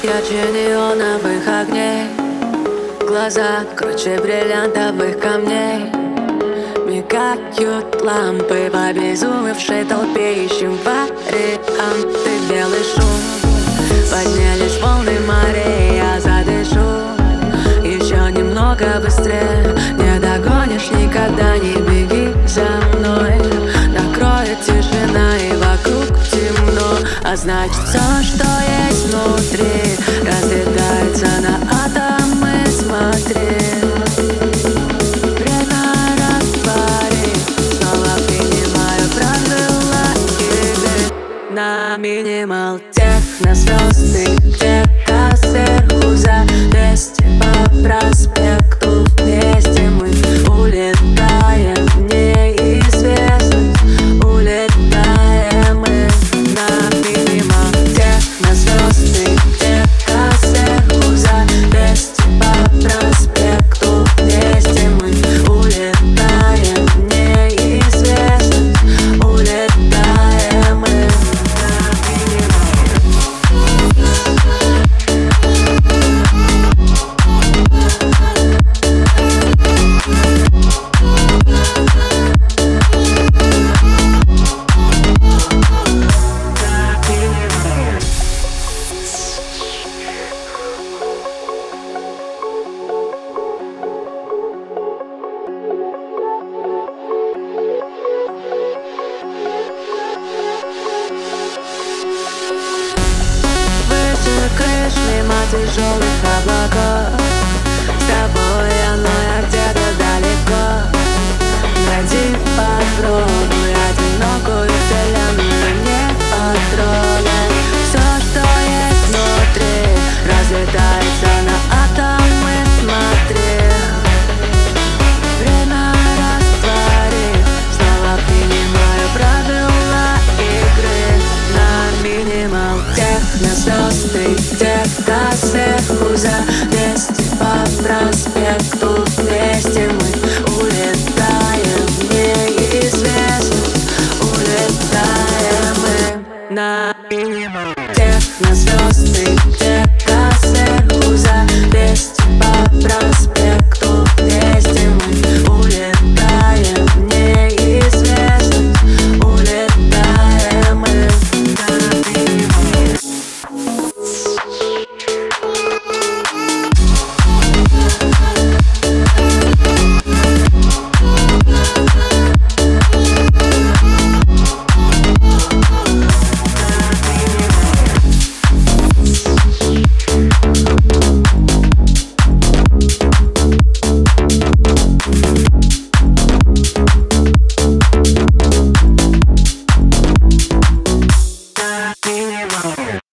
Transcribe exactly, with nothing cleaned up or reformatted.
ярче неоновых огней, глаза круче бриллиантовых камней. Мигают лампы в обезумевшей толпе, ищем варианты. Белый шум, поднялись волны морей, я задышу еще немного быстрее. Не догонишь никогда, не беги за мной. Накроет тишина и вокруг темно, а значит все, что есть внутри, разлетается на атомы. Смотри, время растворит, снова принимаю правила игры. На минимал техно звезды где-то сверху за двести по проспекту. Вместе мы улетаем в неизвестность, улетаем мы. На минимал техно звезды где-то сверху за двести по проспекту. Вместе мы улетаем в неизвестность, улетаем мы. Крыш мимо тяжелых облаков, с тобой оно я где-то далеко. Броди по кругу одинокую вселенную не потрогай. Все, что есть внутри, разлетается на атомы. Смотри, время растворит, снова принимаю правила игры. На минимал техно звезды где-то сверху за двести по проспекту. Вместе мы улетаем в неизвестность, улетаем мы. На минимал техно звезды где